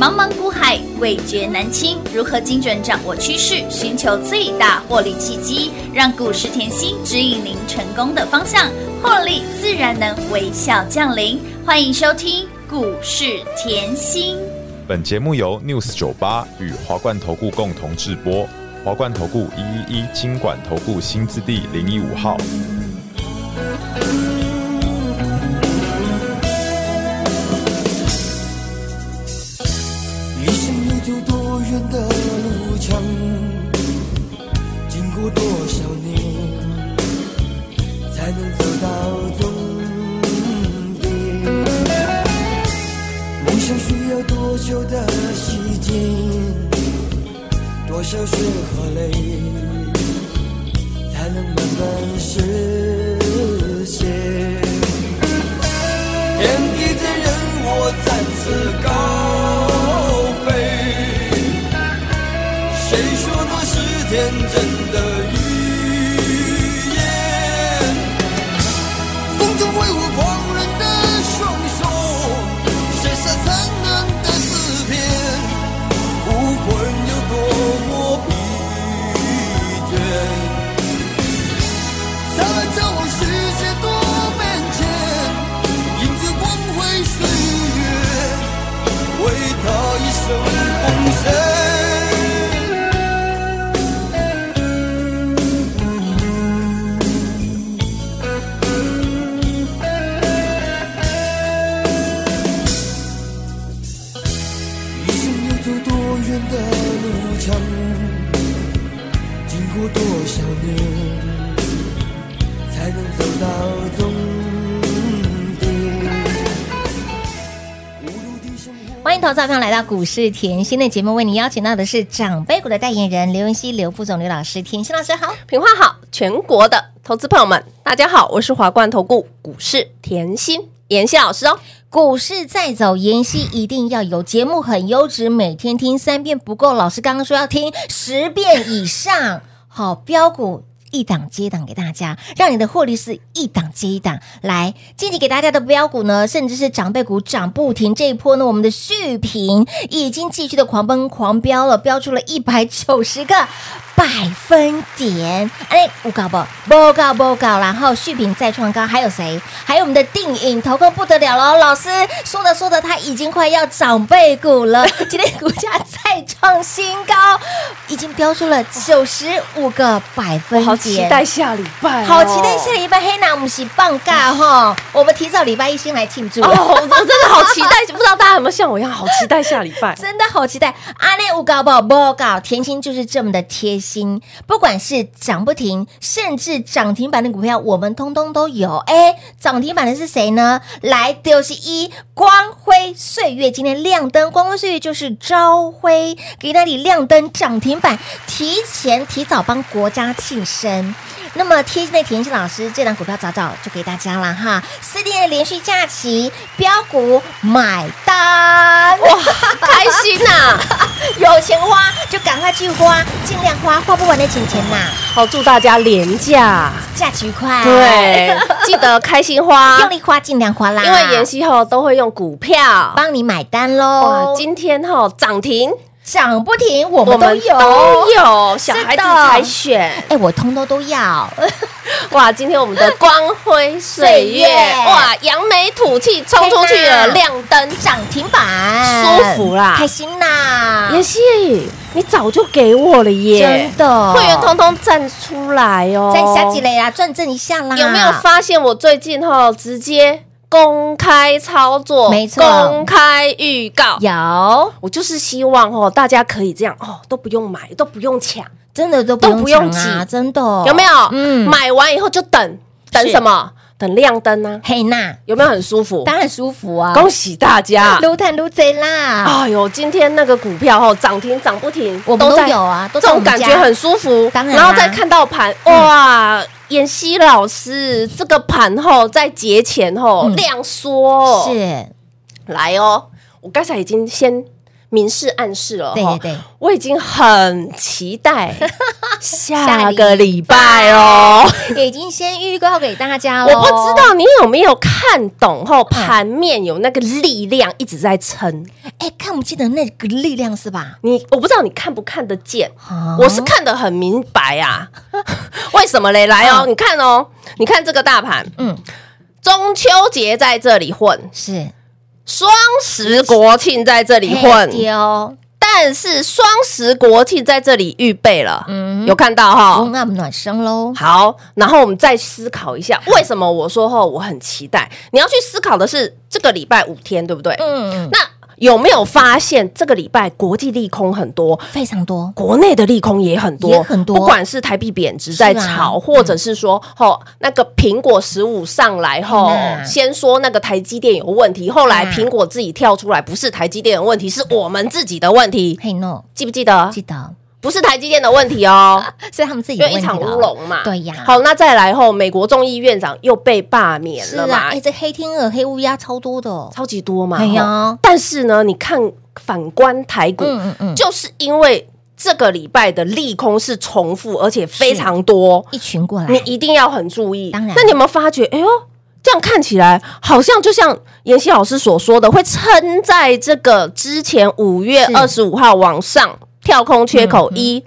茫茫股海，味觉难清。如何精准掌握趋势，寻求最大获利契机，让股市甜心指引您成功的方向，获利自然能微笑降临。欢迎收听股市甜心。 本节目由 News98 与华冠投顾共同制播，华冠投顾111金管投顾新字第015号。 一生有走多远的路程，经过多少年，才能走到终点？梦想需要多久的时间，多少血和泪，才能慢慢实现？天地间人我暂时高飞，谁说那是天真的语言？风中挥舞狂人的双手，写下残忍的诗篇。无论有多么疲倦，才来眺望世界多变迁，迎着光辉岁月，为他一生奉献。的路程，经过多少年，才能走到终点？ 欢迎投资者朋友来到股市甜心的节目，为你邀请到的是长辈股的代言人刘文熙、刘副总、刘老师。甜心老师好， 品话好，全国的投资朋友们大家好，我是华冠投顾股市甜心妍希老师哦。 股市再走，妍希一定要有节目很优质，每天听3遍不够，老师刚刚说要听10遍以上。好，标股一档接一档给大家，让你的获利是一档接一档。来，近期给大家的标股呢，甚至是长辈股涨不停。这一波呢，我们的续评已经继续的狂奔狂飙了，飙出了190个百分点。哎，有搞不？不搞，然后续评再创高，还有谁？还有我们的定影投控不得了了，老师说着它已经快要长辈股了，今天股价再创新高，已经飙出了95个百分点。 好期待下礼拜， 好期待下礼拜。黑娜，我们是放假哈，我们提早礼拜一先来庆祝。 我真的好期待，不知道大家有没有像我一样好期待下礼拜？ 真的好期待。阿内有搞不搞？甜心就是这么的贴心，不管是涨不停，甚至涨停板的股票，我们通通都有。哎，涨停板的是谁呢？来，91光辉岁月，今天亮灯，光辉岁月就是朝晖，给那里亮灯涨停板，提早帮国家庆生。那么贴心的甜心老师，这档股票早就给大家了哈，4天的连续假期，标股买单， 哇，开心呐！ 有钱花就赶快去花，尽量花不完的钱呐。 好，祝大家连假期愉快， 对，记得开心花， 用力花，尽量花啦。 因为妍希后都会用股票帮你买单喽。 哇，今天涨停。 涨不停，我们都有，小孩子才选， 哎，我通通都要。 哇，今天我们的光辉岁月，哇，扬眉吐气冲出去了，亮灯涨停板， 舒服啦， 开心啦！ 妍希，你早就给我了耶， 真的， 会员通通站出来哦， 站下几类啦，转正一下啦。 有没有发现我最近直接公开操作， 没错， 公开预告有， 我就是希望大家可以这样都不用买，都不用抢， 真的都不用挤，真的有没有？买完以后就等什么？等亮灯啊！ 嘿娜， 有没有很舒服？ 当然舒服啊！ 恭喜大家， 撸碳撸贼啦！ 哎呦，今天那个股票涨停涨不停， 我们都有啊， 这种感觉很舒服。 当然， 然后再看到盘，哇！妍希老师，这个盘在节前量缩， 是来哦！我刚才已经先明示暗示了， 对， 我已经很期待下个礼拜哦， 已经先预告给大家了。 我不知道你有没有看懂后，盘面有那个力量一直在撑。 看不见的那个力量是吧？ 我不知道你看不看得见， 啊我是看得很明白啊。为什么嘞？来哦，你看哦，你看这个大盘，中秋节在这里混， 是双十国庆在这里混， 丢， 但是双十国庆在这里预备了，有看到哈？ 那么暖身喽。 好，然后我们再思考一下，为什么我说后我很期待？你要去思考的是这个礼拜5天，对不对？那有没有发现这个礼拜国际利空很多， 非常多， 国内的利空也很多，不管是台币贬值在炒，或者是说那个苹果15上来后，先说那个台积电有问题，后来苹果自己跳出来，不是台积电有问题，是我们自己的问题。 嘿 no， 记不记得？ 记得。 不是台积电的问题哦， 是他们自己的问题， 因为一场乌龙嘛。 对呀。 好，那再来后，美国众议院长又被罢免了嘛？ 这黑天鹅、黑乌鸦超多的， 超级多嘛。 哎呀， 但是呢，你看反观台股，就是因为这个礼拜的利空是重复，而且非常多， 一群过来， 你一定要很注意。 当然， 那你有没有发觉？哎呦，这样看起来好像就像妍希老师所说的，会撑在这个之前5月25号往上。跳空缺口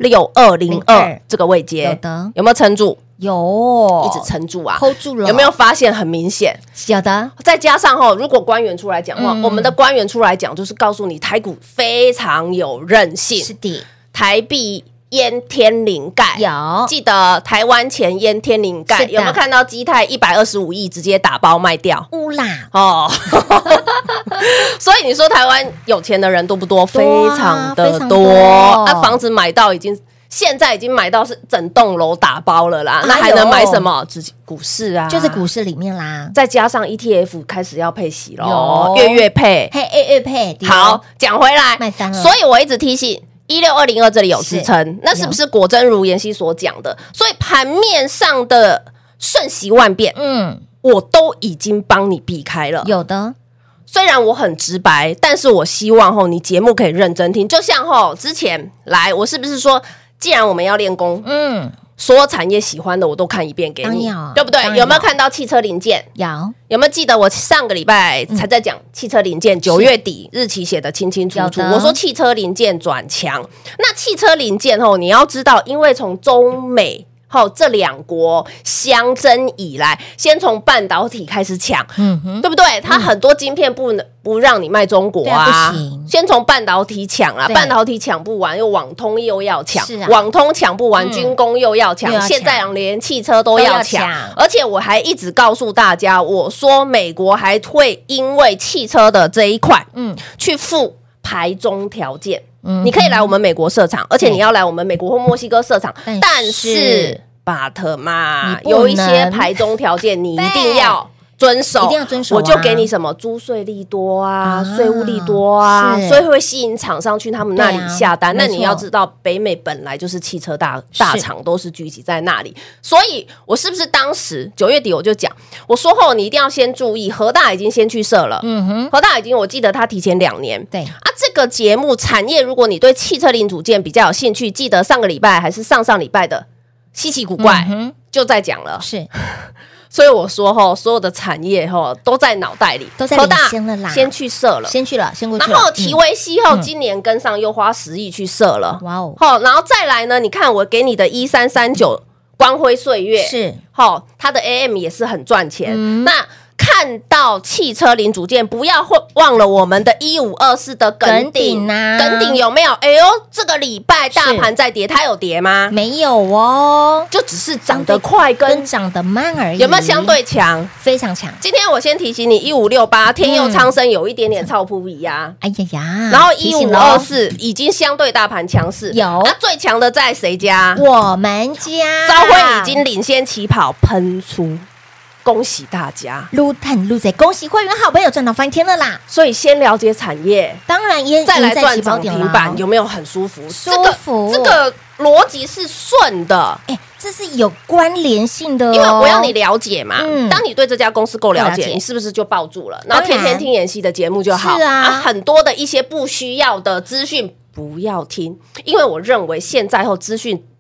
16202这个位阶，有没有撑住？ 有， 一直撑住啊 ，hold 住了。 有没有发现很明显？ 有的。 再加上如果官员出来讲话，我们的官员出来讲，就是告诉你台股非常有韧性。 是的， 台币淹天灵盖， 有记得台湾前淹天灵盖，有没有看到基泰125亿直接打包卖掉？ 乌啦哦，所以你说台湾有钱的人多不多？非常的多啊！房子买到现在已经买到是整栋楼打包了啦，那还能买什么？股市啊， 就是股市里面啦， 再加上 ETF 开始要配息咯，月配， 月配。 好，讲回来， 卖单了， 所以我一直提醒。16202这里有支撑，那是不是果真如妍希所讲的？所以盘面上的瞬息万变，我都已经帮你避开了。 有的， 虽然我很直白，但是我希望你节目可以认真听。就像之前来，我是不是说，既然我们要练功，所有产业喜欢的我都看一遍给你，对不对？有没有看到汽车零件？有没有记得我上个礼拜才在讲汽车零件？9月底日期写得清清楚楚，我说汽车零件转强。那汽车零件你要知道，因为从中美这两国相争以来，先从半导体开始抢，对不对？它很多晶片不让你卖中国啊， 不行。 先从半导体抢啊，半导体抢不完，又网通又要抢，网通抢不完，军工又要抢，现在连汽车都要抢。而且我还一直告诉大家，我说美国还会因为汽车的这一块，去付排中条件。你可以来我们美国设厂，而且你要来我们美国或墨西哥设厂，但是 but 嘛，有一些排中条件你一定要遵守， 一定要遵守。 我就给你什么租税利多啊，税务利多啊，所以会吸引厂商去他们那里下单。那你要知道，北美本来就是汽车大厂，都是聚集在那里。所以我是不是当时9月底我就讲，我说你一定要先注意，和大已经先去设了，和大已经我记得他提前2年， 对啊，这个节目产业，如果你对汽车零组件比较有兴趣，记得上个礼拜还是上礼拜的稀奇古怪就在讲了， 是。 所以我说所有的产业都在脑袋里， 都在领先了啦， 先去设了， 先去了，先过去了。 然后提维西今年跟上又花10亿去设了， 哇哦！ 然后再来呢，你看我给你的1339光辉岁月是它的 AM 也是很赚钱，那。看到汽车零组件，不要忘了我们的1524的耿鼎啊，耿鼎有没有？哎呦，这个礼拜大盘在跌，它有跌吗？ 没有哦， 就只是涨得快跟涨得慢而已。 有没有相对强？ 非常强。 今天我先提醒你，1568天佑昌生有一点点超扑比呀， 哎呀呀， 然后1524已经相对大盘强势， 有那最强的在谁家？ 我们家朝晖已经领先起跑，喷出。恭喜大家， 撸探撸贼，恭喜会员好朋友赚到翻天了啦！ 所以先了解产业， 当然也再来赚涨停板，有没有很舒服？ 舒服， 这个逻辑是顺的， 这是有关联性的， 因为我要你了解嘛。当你对这家公司够了解，你是不是就抱住了？然后天天听妍希的节目就好。 是啊， 很多的一些不需要的资讯不要听，因为我认为现在资讯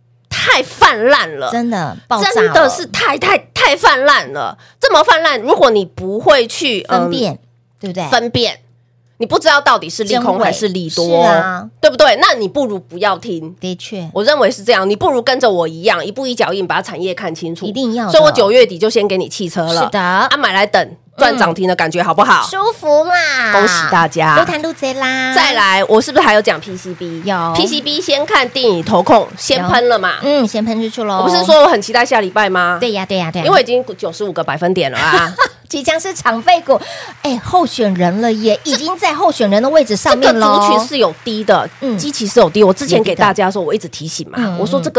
太泛滥了， 真的爆炸了， 真的是太泛滥了，这么泛滥，如果你不会去分辨，对不对？ 分辨，你不知道到底是利空还是利多， 是啊， 对不对？那你不如不要听。 的确， 我认为是这样，你不如跟着我一样，一步一脚印，把产业看清楚， 一定要的。 所以我9月底就先给你汽车了， 是的啊，买来等赚涨停的感觉好不好？ 舒服啦， 恭喜大家， 多谈路贼啦。 再来，我是不是还有讲 PCB？ 有 PCB 先看电影投控，先喷了嘛？ 先喷出去喽。 我不是说我很期待下礼拜吗？ 对呀， 因为已经95个百分点了啊。 即将是长辈股，候选人了耶，已经在候选人的位置上面了。 这个族群是有低的，基期是有低。我之前给大家说，我一直提醒嘛，我说这个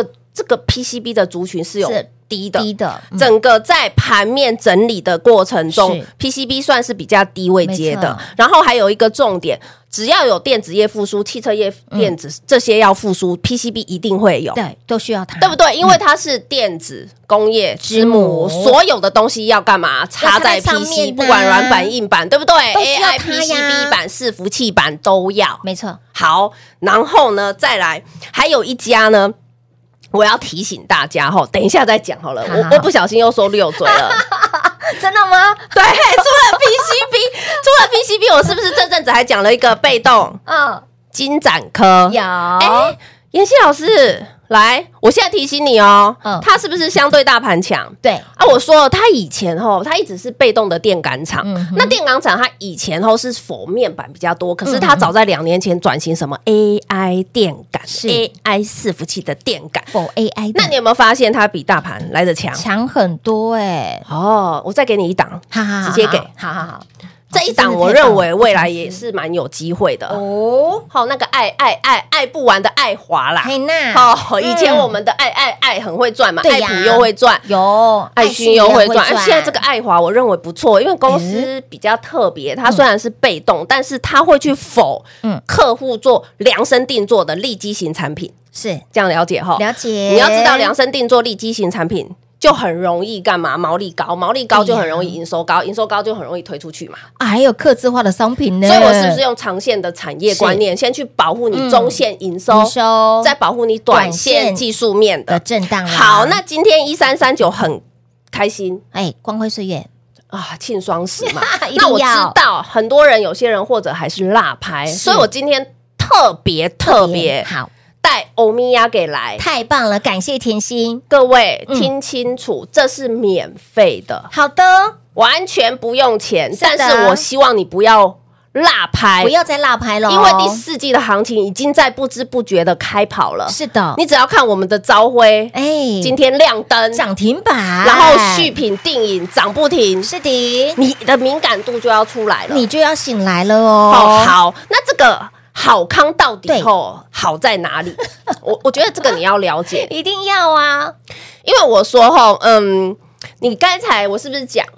PCB 的族群是有低的，整个在盘面整理的过程中，PCB 算是比较低位阶的。然后还有一个重点，只要有电子业复苏、汽车业电子这些要复苏，PCB 一定会有， 对，都需要它， 对不对？因为它是电子工业之母，所有的东西要干嘛？插在 PC， 不管软板、硬板，对不对？AI PCB 板、伺服器板都要， 没错。 好，然后呢，再来还有一家呢。我要提醒大家等一下再讲好了。我不小心又说溜嘴了， 真的吗？ 对，除了 PCB， 我是不是这阵子还讲了一个被动？金展科有。 妍希老师，来，我现在提醒你它是不是相对大盘强？ 对啊，我说它以前它一直是被动的电感厂，那电感厂它以前是否面板比较多，可是它早在2年前转型什么 AI 电感，AI 伺服器的电感， 否 AI， 那你有没有发现它比大盘来得强很多我再给你一档，直接给， 好。 这一档我认为未来也是蛮有机会的那个爱不完的爱华啦，以前我们的爱很会赚嘛，爱普又会赚， 有爱讯又会赚，现在这个爱华我认为不错，因为公司比较特别，它虽然是被动，但是它会去否客户做量身定做的利基型产品， 是这样了解了解。 你要知道量身定做利基型产品就很容易干嘛？毛利高就很容易营收高，营收高就很容易推出去嘛。 还有客制化的商品呢， 所以我是不是用长线的产业观念，先去保护你中线营收，再保护你短线技术面的震荡？ 好，那今天1339很开心， 光辉岁月啊，庆双十嘛。那我知道很多人，有些人或者还是落拍，所以我今天特别好。 带欧米亚给来， 太棒了！感谢甜心， 各位听清楚，这是免费的， 好的， 完全不用钱。但是我希望你不要落拍， 不要再落拍了， 因为第4季的行情已经在不知不觉的开跑了。 是的， 你只要看我们的朝晖，今天亮灯涨停板， 然后续品定影涨不停， 是的， 你的敏感度就要出来了， 你就要醒来了好，那这个。好康到底好在哪里？我觉得这个你要了解， 一定要啊！ 因为我说你刚才我是不是讲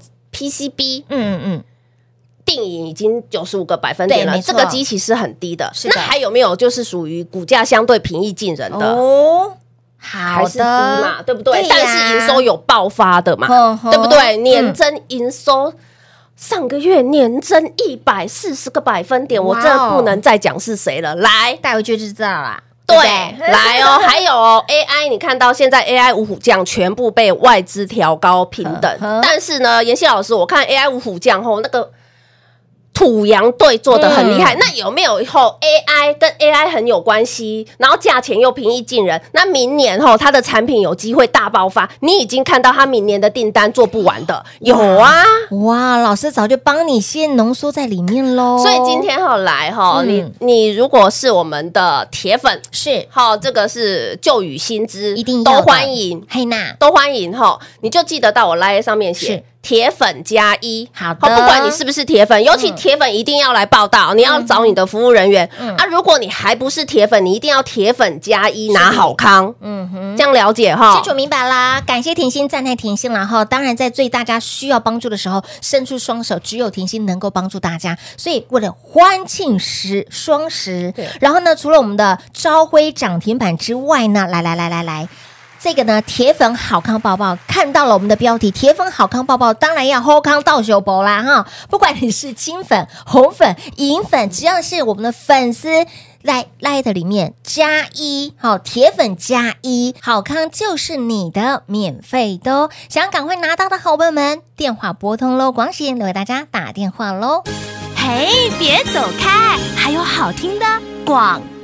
PCB 定影已经95个百分点了，这个基期是很低的。那还有没有就是属于股价相对平易近人的？还是低嘛，对不对？但是营收有爆发的嘛，对不对？年增营收。上个月年增140个百分点，我真的不能再讲是谁了。来， 带回去就知道啦。 对，来还有AI， 你看到现在 AI 五虎将全部被外资调高平等，但是呢，妍希老师，我看 AI 五虎将那个土洋队做得很厉害，那有没有以后 AI 跟 AI 很有关系，然后价钱又平易近人？那明年它的产品有机会大爆发，你已经看到它明年的订单做不完的，有啊！ 哇，老师早就帮你先浓缩在里面喽。 所以今天来你如果是我们的铁粉， 是这个是旧与新知， 一定都欢迎， 嘿娜都欢迎你就记得到我 LINE 上面写。铁粉+1， 好的， 不管你是不是铁粉，尤其铁粉一定要来报道，你要找你的服务人员如果你还不是铁粉，你一定要铁粉+1拿好康，这样了解清楚明白啦。感谢甜心，赞叹甜心啦当然在最大家需要帮助的时候，伸出双手，只有甜心能够帮助大家。所以为了欢庆双十，然后呢，除了我们的朝晖涨停板之外呢，来。 这个呢，铁粉好康抱抱看到了我们的标题，铁粉好康抱抱，当然要后康到手包啦哈！不管你是金粉、红粉、银粉，只要是我们的粉丝。Light 里面加1，好，铁粉加1，好康就是你的，免费的哦！想赶快拿到的好朋友们，电话拨通喽，广喜留给大家打电话喽。 嘿，别走开，还有好听的广告。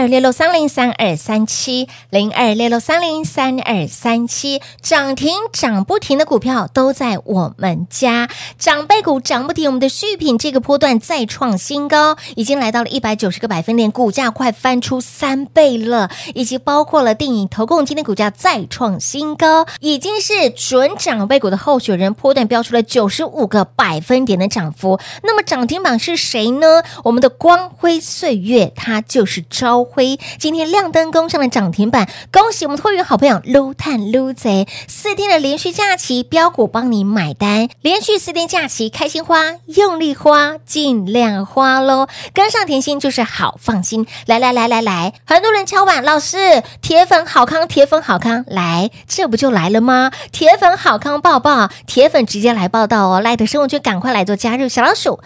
0266303237，0266303237，涨停涨不停的股票都在我们家，长辈股涨不停，我们的续品这个波段再创新高，已经来到了190个百分点，股价快翻出3倍了，以及包括了电影投控今天股价再创新高，已经是准长辈股的候选人，波段标出了95个百分点的涨幅。那么涨停榜是谁呢？我们的光辉岁月，它就是朝晖，今天亮灯攻上了涨停板，恭喜我们的会员好朋友撸探撸贼，4天的连续假期，标股帮你买单，连续4天假期，开心花，用力花，尽量花咯，跟上甜心就是好放心。来，很多人敲碗，老师，铁粉好康，铁粉好康，来，这不就来了吗？铁粉好康报报，铁粉直接来报道哦，来的生活圈赶快来做加入，小老鼠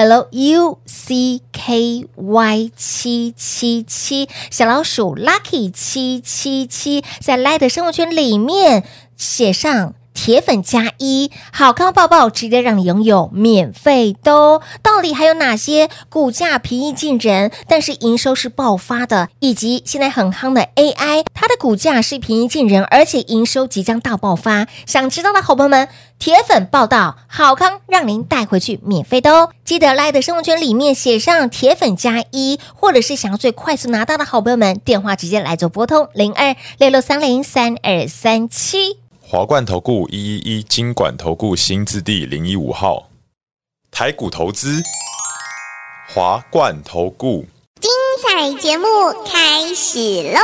LUCKY777，小老鼠 Lucky 777，在 Light 的生活圈里面写上铁粉加1，好康抱抱，直接让你拥有免费的哦。到底还有哪些股价平易近人，但是营收是爆发的，以及现在很夯的 AI， 它的股价是平易近人，而且营收即将大爆发。想知道的好朋友们，铁粉报道，好康让您带回去免费的哦。记得来的生活圈里面写上铁粉加1，或者是想要最快速拿到的好朋友们，电话直接来做拨通0266303237。 华冠投顾111金管投顾新字第015号，台股投资，华冠投顾。 彩节目开始喽！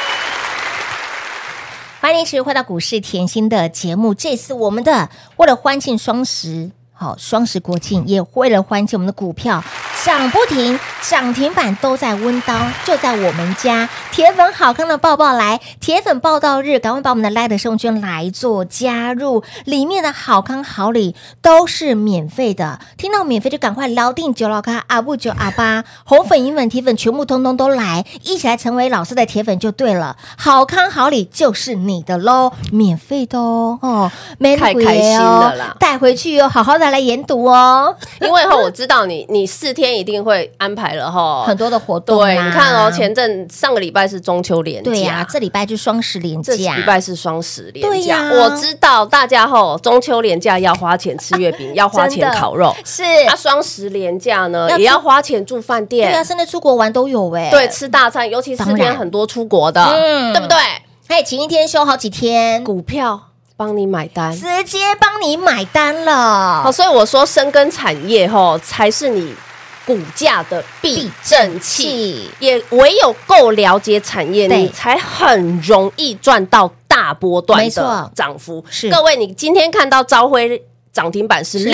欢迎持续回到股市甜心的节目，这次我们的为了欢庆双十国庆，也为了欢庆我们的股票涨不停，涨停板都在温刀，就在我们家。铁粉好康的报报来，铁粉报道日，赶快把我们的 Light 生活圈来做加入，里面的好康好礼都是免费的，听到免费就赶快捞定9老咖阿布9阿8，红粉银粉铁粉全部通通都来，一起来成为老师的铁粉就对了，好康好礼就是你的咯，免费的哦，没太开心了啦， 带回去哦，好好的来研读哦， 因为我知道你4天一定会安排了很多的活动， 对，你看哦，上个礼拜是中秋连假， 对呀，这礼拜就双十连假， 这礼拜是双十连假， 对呀， 我知道大家中秋连假要花钱吃月饼，要花钱烤肉， 是双十连假呢也要花钱住饭店， 对啊，甚至出国玩都有对，吃大餐，尤其4天很多出国的，对不对？ 还请1天休好几天， 股票帮你买单， 直接帮你买单了。 所以我说深耕产业才是你股价的避震器，也唯有够了解产业，你才很容易赚到大波段的涨幅。各位，你今天看到朝晖涨停板是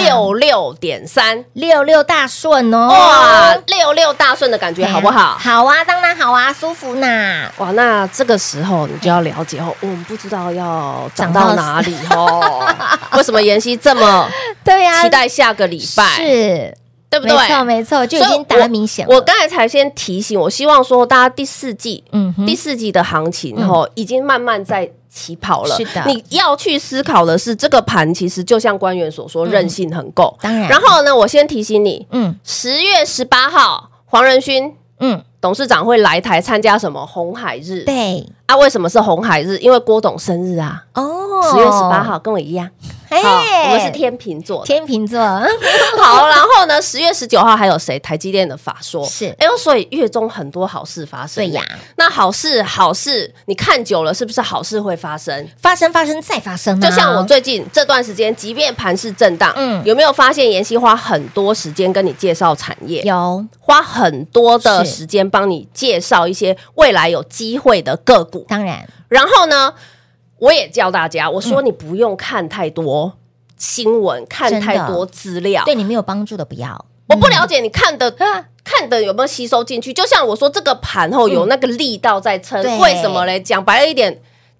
66.3，66 大顺哦！ 哇，66大顺的感觉好不好？ 好啊，当然好啊，舒服呢。 哇，那这个时候你就要了解我们不知道要涨到哪里为什么妍希这么期待下个礼拜？是。对不对？ 没错，就已经打明显了。 我刚才才先提醒，我希望说大家第四季的行情已经慢慢在起跑了。是的，你要去思考的是这个盘其实就像官员所说，韧性很够。 当然， 然后呢，我先提醒你，10月18号黄仁勋董事长会来台参加什么红海日？ 对啊，为什么是红海日？因为郭董生日啊。10月18号跟我一样。我们是天秤座，好，然后呢，10月19号还有谁？台积电的法说是，所以月中很多好事发生。对呀，那好事，你看久了是不是好事会发生？ 发生再发生啊！ 就像我最近这段时间，即便盘势震荡，有没有发现妍希花很多时间跟你介绍产业？ 有， 花很多的时间帮你介绍一些未来有机会的个股。 当然， 然后呢？我也教大家，我说你不用看太多新闻，看太多资料， 对你没有帮助的不要。 我不了解你看的有没有吸收进去。就像我说，这个盘有那个力道在撑，为什么嘞？讲白了一点，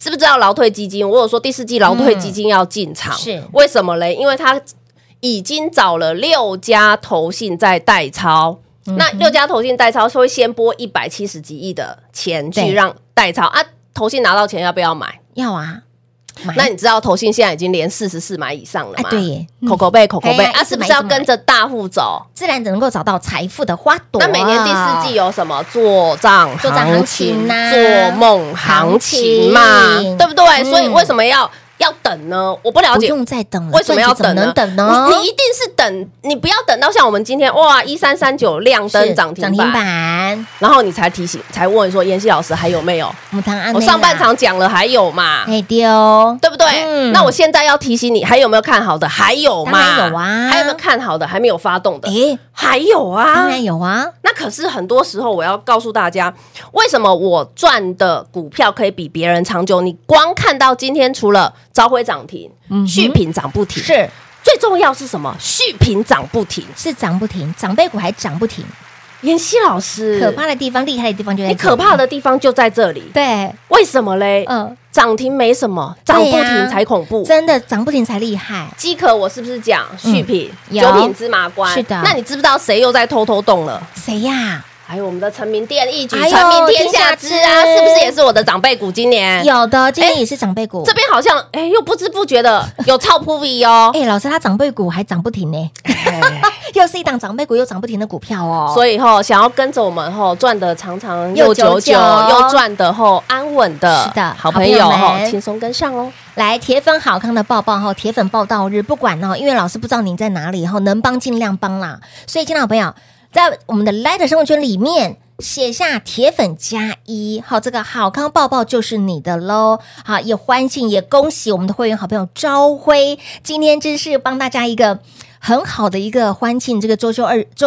是不是知道劳退基金？我有说第四季劳退基金要进场， 是为什么嘞？因为它已经找了6家投信在代操。那6家投信代操会先拨170几亿的钱去让代操啊，投信拿到钱要不要买？ 要啊。 那你知道投信现在已经连44买以上了吗？ 对耶， 口口贝啊， 是是不是要跟着大户走？ 自然能够找到财富的花朵。 那每年第4季有什么做账行情、做梦行情嘛，对不对？所以为什么要等呢？我不了解， 不用再等了， 为什么要等呢？你一定是等，你不要等到像我们今天哇1339亮灯涨停板，然后你才提醒，才问说妍希老师还有没有？我上半场讲了还有嘛？对不对？那我现在要提醒你，还有没有看好的？还有嘛？ 当然有啊。 还有没有看好的？还没有发动的？还有啊， 当然有啊。 那可是很多时候我要告诉大家，为什么我赚的股票可以比别人长久？你光看到今天除了朝晖涨停，续品涨不停， 是最重要是什么？续品涨不停， 是涨不停，长辈股还涨不停。 妍希老师， 可怕的地方、厉害的地方就在这里， 你可怕的地方就在这里。 对， 为什么嘞？涨停没什么，涨不停才恐怖。 真的涨不停才厉害。 饥渴我是不是讲续品、九品芝麻官？ 是的。 那你知不知道谁又在偷动了？ 谁呀？ 还有我们的成名店一举成名天下知啊，是不是也是我的长辈股？今年有的，今年也是长辈股。 这边好像又不知不觉的有超扑 V 哦。 老师他长辈股还涨不停呢，又是一档长辈股又涨不停的股票哦。 所以想要跟着我们赚的长长又久久，又赚的安稳的， 是的， 好朋友轻松跟上哦。 来，铁粉好康的报报铁粉报道日，不管因为老师不知道您在哪里能帮尽量帮啦。所以，亲爱的朋友，在我们的 LINE 生活圈里面写下铁粉+1，好，这个好康报报就是你的喽。好，也欢庆也恭喜我们的会员好朋友朝晖，今天真是帮大家一个很好的一个欢庆，这个周休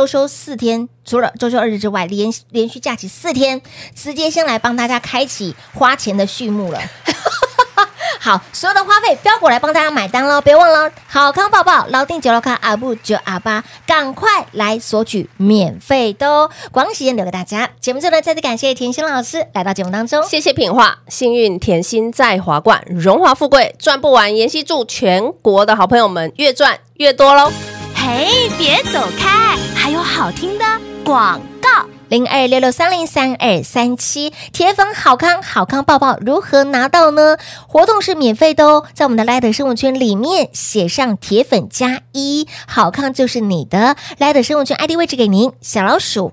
4天，除了周休2日之外，连续假期4天，直接先来帮大家开启花钱的序幕了。好，所有的花费标股来帮大家买单喽！别忘了好康报报，老定96卡阿布928，赶快来索取免费的哦！广告时间留给大家。节目最后呢，再次感谢甜心老师来到节目当中， 谢谢品画，幸运甜心在华冠，荣华富贵赚不完。妍希祝全国的好朋友们越赚越多喽！ 嘿，别走开，还有好听的广告。 0266303237，铁粉好康报报如何拿到呢？活动是免费的哦，在我们的 LINE 生活圈里面写上铁粉+1，好康就是你的。LINE 生活圈 ID 位置给您，小老鼠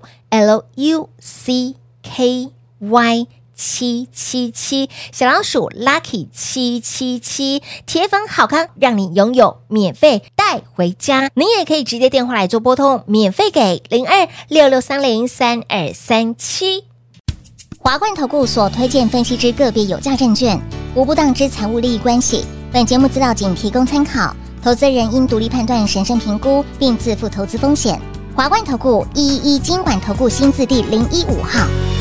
LUCKY777，小老鼠 Lucky 777，铁粉好康让你拥有免费带回家。您也可以直接电话来做拨通，免费给0266303237。 华冠投顾所推荐分析之个别有价证券，无不当之财务利益关系。本节目资料仅提供参考，投资人应独立判断、审慎评估，并自负投资风险。华冠投顾111金管投顾新字第015号。